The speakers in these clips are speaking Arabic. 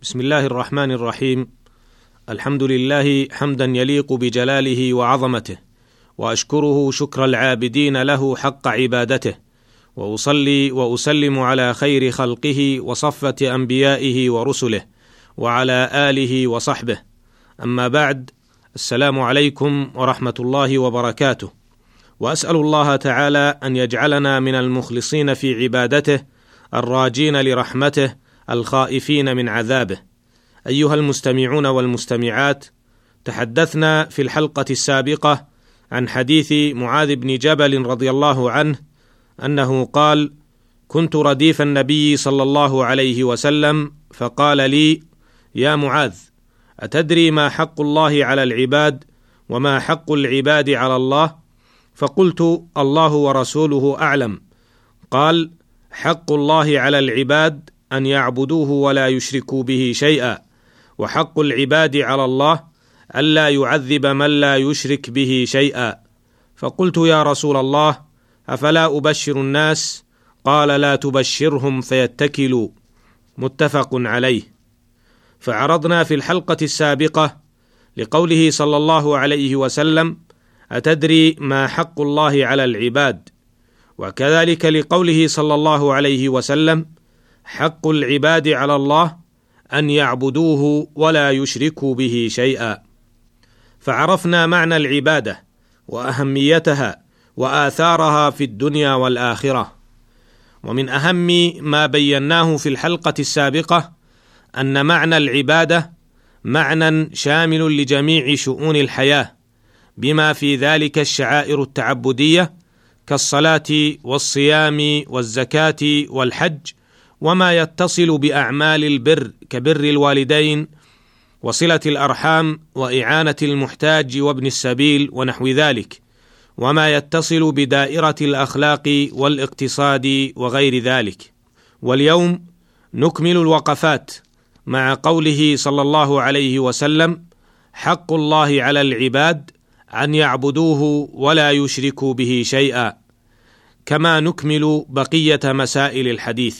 بسم الله الرحمن الرحيم. الحمد لله حمدا يليق بجلاله وعظمته، وأشكره شكر العابدين له حق عبادته، وأصلي وأسلم على خير خلقه وصفة أنبيائه ورسله، وعلى آله وصحبه. أما بعد، السلام عليكم ورحمة الله وبركاته. وأسأل الله تعالى أن يجعلنا من المخلصين في عبادته، الراجين لرحمته، الخائفين من عذابه. أيها المستمعون والمستمعات، تحدثنا في الحلقة السابقة عن حديث معاذ بن جبل رضي الله عنه أنه قال: كنت رديف النبي صلى الله عليه وسلم فقال لي: يا معاذ، أتدري ما حق الله على العباد وما حق العباد على الله؟ فقلت: الله ورسوله أعلم. قال: حق الله على العباد أن يعبدوه ولا يشركوا به شيئا، وحق العباد على الله ألا يعذب من لا يشرك به شيئا. فقلت: يا رسول الله، أفلا أبشر الناس؟ قال: لا تبشرهم فيتكلوا. متفق عليه. فعرضنا في الحلقة السابقة لقوله صلى الله عليه وسلم: أتدري ما حق الله على العباد؟ وكذلك لقوله صلى الله عليه وسلم: حق العباد على الله أن يعبدوه ولا يشركوا به شيئا. فعرفنا معنى العبادة وأهميتها وآثارها في الدنيا والآخرة. ومن أهم ما بيناه في الحلقة السابقة أن معنى العبادة معنى شامل لجميع شؤون الحياة، بما في ذلك الشعائر التعبدية كالصلاة والصيام والزكاة والحج، وما يتصل بأعمال البر كبر الوالدين وصلة الأرحام وإعانة المحتاج وابن السبيل ونحو ذلك، وما يتصل بدائرة الأخلاق والاقتصاد وغير ذلك. واليوم نكمل الوقفات مع قوله صلى الله عليه وسلم: حق الله على العباد أن يعبدوه ولا يشركوا به شيئا، كما نكمل بقية مسائل الحديث.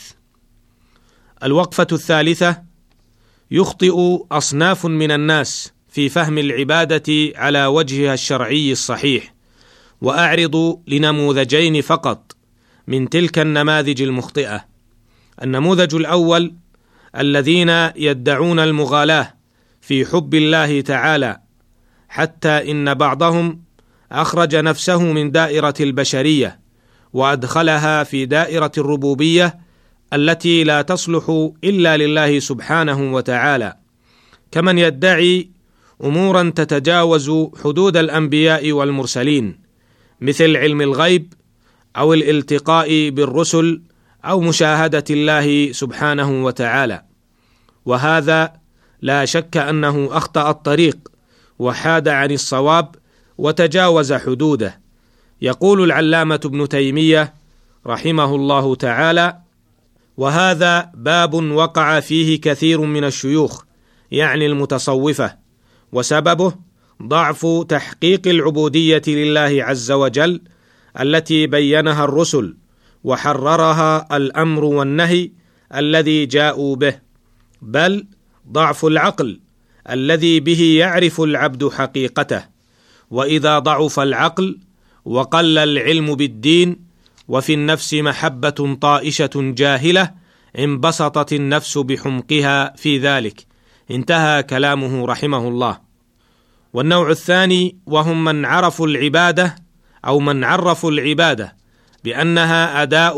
الوقفة الثالثة: يخطئ أصناف من الناس في فهم العبادة على وجهها الشرعي الصحيح، وأعرض لنموذجين فقط من تلك النماذج المخطئة. النموذج الأول: الذين يدعون المغالاة في حب الله تعالى، حتى إن بعضهم أخرج نفسه من دائرة البشرية وأدخلها في دائرة الربوبية التي لا تصلح إلا لله سبحانه وتعالى، كمن يدعي أمورا تتجاوز حدود الأنبياء والمرسلين، مثل علم الغيب أو الالتقاء بالرسل أو مشاهدة الله سبحانه وتعالى. وهذا لا شك أنه أخطأ الطريق وحاد عن الصواب وتجاوز حدوده. يقول العلامة ابن تيمية رحمه الله تعالى: وهذا باب وقع فيه كثير من الشيوخ، يعني المتصوفة، وسببه ضعف تحقيق العبودية لله عز وجل التي بينها الرسل وحررها الأمر والنهي الذي جاءوا به، بل ضعف العقل الذي به يعرف العبد حقيقته. وإذا ضعف العقل وقل العلم بالدين وفي النفس محبة طائشة جاهلة، انبسطت النفس بحمقها في ذلك. انتهى كلامه رحمه الله. والنوع الثاني: وهم من عرفوا العبادة أو من عرفوا العبادة بأنها أداء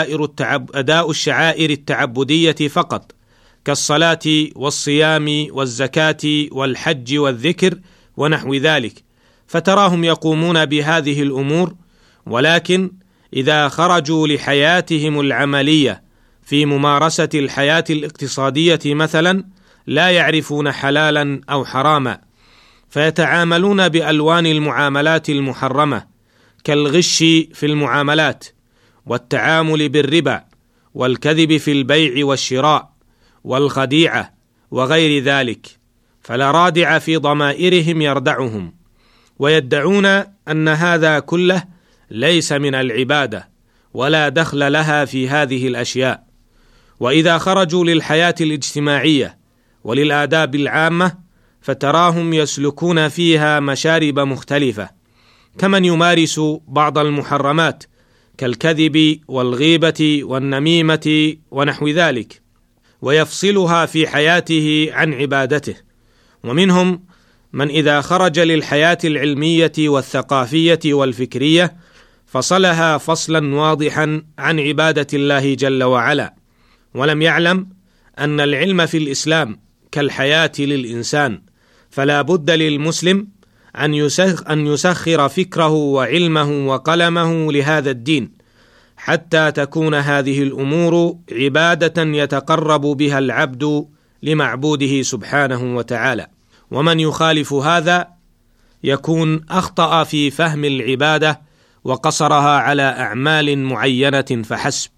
الشعائر التعبدية فقط، كالصلاة والصيام والزكاة والحج والذكر ونحو ذلك، فتراهم يقومون بهذه الأمور، ولكن إذا خرجوا لحياتهم العملية في ممارسة الحياة الاقتصادية مثلا لا يعرفون حلالا أو حراما، فيتعاملون بألوان المعاملات المحرمة كالغش في المعاملات والتعامل بالربا والكذب في البيع والشراء والخديعة وغير ذلك، فلا رادع في ضمائرهم يردعهم، ويدعون أن هذا كله ليس من العبادة ولا دخل لها في هذه الأشياء. وإذا خرجوا للحياة الاجتماعية وللآداب العامة، فتراهم يسلكون فيها مشارب مختلفة، كمن يمارس بعض المحرمات كالكذب والغيبة والنميمة ونحو ذلك، ويفصلها في حياته عن عبادته. ومنهم من إذا خرج للحياة العلمية والثقافية والفكرية فصلها فصلا واضحا عن عبادة الله جل وعلا، ولم يعلم أن العلم في الإسلام كالحياة للإنسان، فلا بد للمسلم أن يسخر فكره وعلمه وقلمه لهذا الدين، حتى تكون هذه الأمور عبادة يتقرب بها العبد لمعبوده سبحانه وتعالى. ومن يخالف هذا يكون أخطأ في فهم العبادة وقصرها على أعمال معينة فحسب.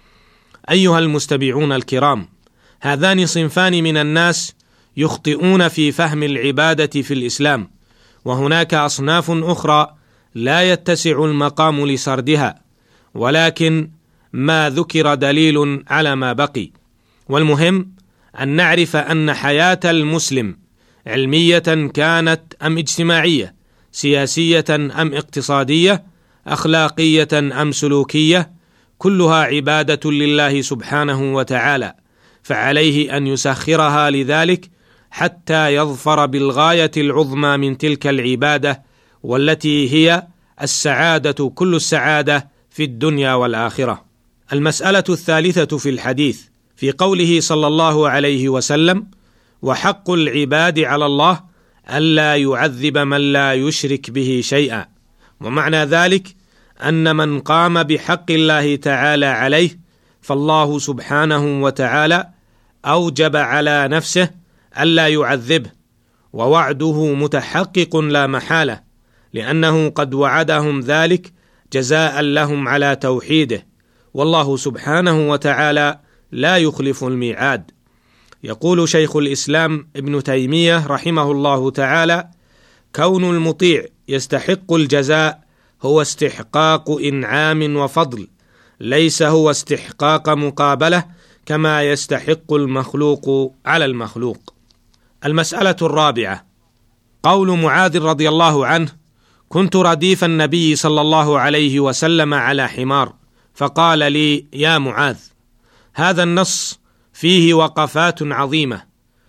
أيها المستمعون الكرام، هذان صنفان من الناس يخطئون في فهم العبادة في الإسلام، وهناك أصناف أخرى لا يتسع المقام لسردها، ولكن ما ذكر دليل على ما بقي. والمهم أن نعرف أن حياة المسلم علمية كانت أم اجتماعية، سياسية أم اقتصادية، أخلاقية أم سلوكية، كلها عبادة لله سبحانه وتعالى، فعليه أن يسخرها لذلك حتى يظفر بالغاية العظمى من تلك العبادة، والتي هي السعادة، كل السعادة في الدنيا والآخرة. المسألة الثالثة في الحديث في قوله صلى الله عليه وسلم: وحق العباد على الله ألا يعذب من لا يشرك به شيئا. ومعنى ذلك أن من قام بحق الله تعالى عليه فالله سبحانه وتعالى أوجب على نفسه ألا يعذبه، ووعده متحقق لا محالة، لأنه قد وعدهم ذلك جزاء لهم على توحيده، والله سبحانه وتعالى لا يخلف الميعاد. يقول شيخ الإسلام ابن تيمية رحمه الله تعالى: كون المطيع يستحق الجزاء هو استحقاق إنعام وفضل، ليس هو استحقاق مقابلة كما يستحق المخلوق على المخلوق. المسألة الرابعة: قول معاذ رضي الله عنه: كنت رديف النبي صلى الله عليه وسلم على حمار فقال لي: يا معاذ. هذا النص فيه وقفات عظيمة.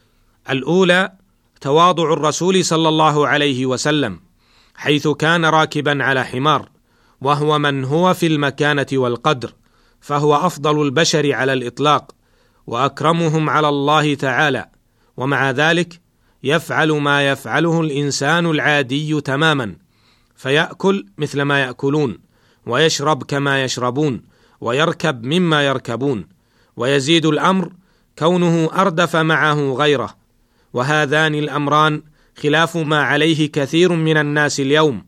الأولى: تواضع الرسول صلى الله عليه وسلم، حيث كان راكبا على حمار، وهو من هو في المكانة والقدر، فهو أفضل البشر على الإطلاق وأكرمهم على الله تعالى، ومع ذلك يفعل ما يفعله الإنسان العادي تماما، فيأكل مثل ما يأكلون، ويشرب كما يشربون، ويركب مما يركبون، ويزيد الأمر كونه أردف معه غيره. وهذان الأمران خلاف ما عليه كثير من الناس اليوم،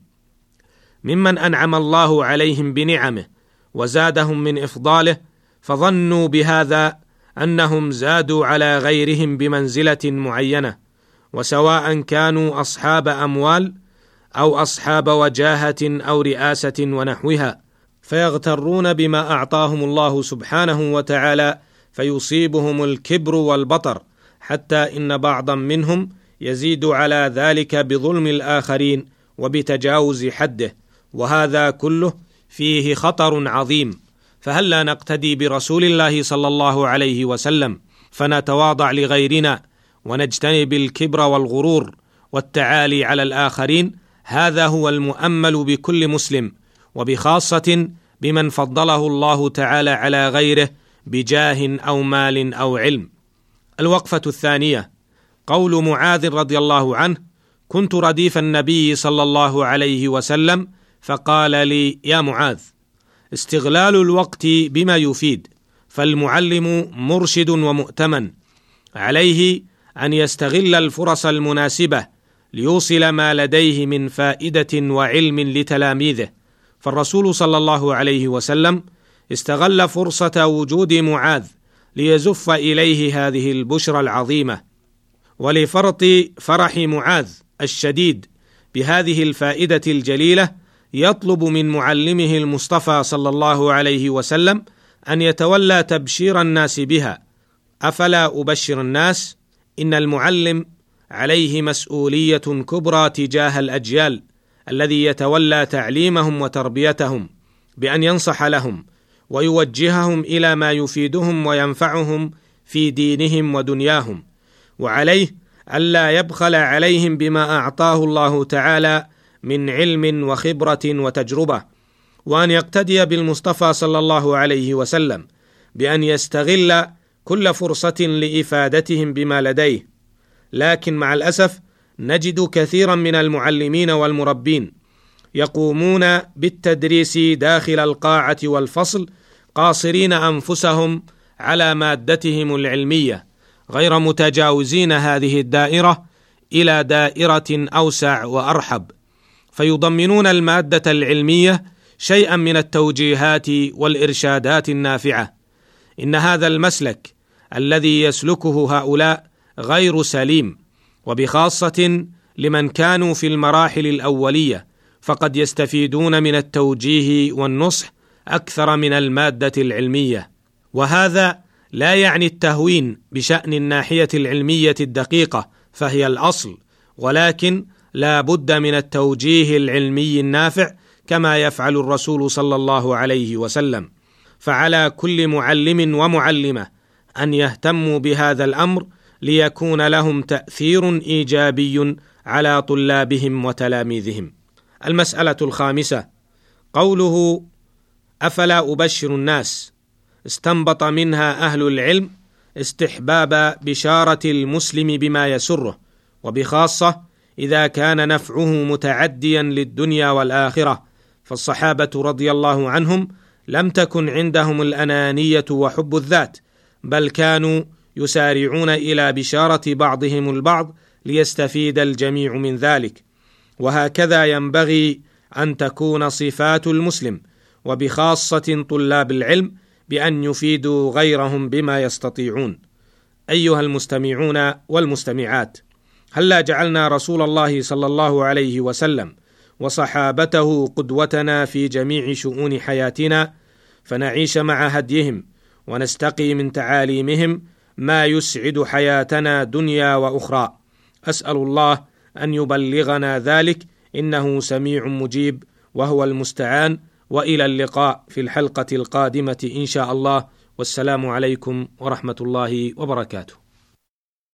ممن أنعم الله عليهم بنعمه وزادهم من إفضاله، فظنوا بهذا أنهم زادوا على غيرهم بمنزلة معينة، وسواء كانوا أصحاب أموال أو أصحاب وجاهة أو رئاسة ونحوها، فيغترون بما أعطاهم الله سبحانه وتعالى، فيصيبهم الكبر والبطر، حتى إن بعضا منهم يزيد على ذلك بظلم الآخرين وبتجاوز حده، وهذا كله فيه خطر عظيم. فهل لا نقتدي برسول الله صلى الله عليه وسلم فنتواضع لغيرنا ونجتنب الكبر والغرور والتعالي على الآخرين؟ هذا هو المؤمل بكل مسلم، وبخاصة بمن فضله الله تعالى على غيره بجاه أو مال أو علم. الوقفة الثانية: قول معاذ رضي الله عنه: كنت رديف النبي صلى الله عليه وسلم فقال لي: يا معاذ. استغلال الوقت بما يفيد، فالمعلم مرشد ومؤتمن، عليه أن يستغل الفرص المناسبة ليوصل ما لديه من فائدة وعلم لتلاميذه. فالرسول صلى الله عليه وسلم استغل فرصة وجود معاذ ليزف إليه هذه البشرى العظيمة، ولفرط فرح معاذ الشديد بهذه الفائدة الجليلة يطلب من معلمه المصطفى صلى الله عليه وسلم أن يتولى تبشير الناس بها. أفلا أبشر الناس إن المعلم عليه مسؤولية كبرى تجاه الأجيال الذي يتولى تعليمهم وتربيتهم، بأن ينصح لهم ويوجههم إلى ما يفيدهم وينفعهم في دينهم ودنياهم، وعليه ألا يبخل عليهم بما أعطاه الله تعالى من علم وخبرة وتجربة، وأن يقتدي بالمصطفى صلى الله عليه وسلم بأن يستغل كل فرصة لإفادتهم بما لديه. لكن مع الأسف نجد كثيرا من المعلمين والمربين يقومون بالتدريس داخل القاعة والفصل قاصرين أنفسهم على مادتهم العلمية، غير متجاوزين هذه الدائرة إلى دائرة أوسع وأرحب، فيضمنون المادة العلمية شيئا من التوجيهات والإرشادات النافعة. إن هذا المسلك الذي يسلكه هؤلاء غير سليم، وبخاصة لمن كانوا في المراحل الأولية، فقد يستفيدون من التوجيه والنصح أكثر من المادة العلمية. وهذا لا يعني التهوين بشأن الناحية العلمية الدقيقة، فهي الأصل، ولكن لا بد من التوجيه العلمي النافع كما يفعل الرسول صلى الله عليه وسلم. فعلى كل معلم ومعلمة أن يهتموا بهذا الأمر ليكون لهم تأثير إيجابي على طلابهم وتلاميذهم. المسألة الخامسة، قوله أفلا أبشر الناس، استنبط منها أهل العلم استحباب بشارة المسلم بما يسره، وبخاصة إذا كان نفعه متعديا للدنيا والآخرة، فالصحابة رضي الله عنهم لم تكن عندهم الأنانية وحب الذات، بل كانوا يسارعون إلى بشارة بعضهم البعض ليستفيد الجميع من ذلك. وهكذا ينبغي أن تكون صفات المسلم، وبخاصة طلاب العلم، بأن يفيدوا غيرهم بما يستطيعون. أيها المستمعون والمستمعات، هلا جعلنا رسول الله صلى الله عليه وسلم وصحابته قدوتنا في جميع شؤون حياتنا، فنعيش مع هديهم ونستقي من تعاليمهم ما يسعد حياتنا دنيا وأخرى. أسأل الله أن يبلغنا ذلك، إنه سميع مجيب وهو المستعان. وإلى اللقاء في الحلقة القادمة إن شاء الله، والسلام عليكم ورحمة الله وبركاته.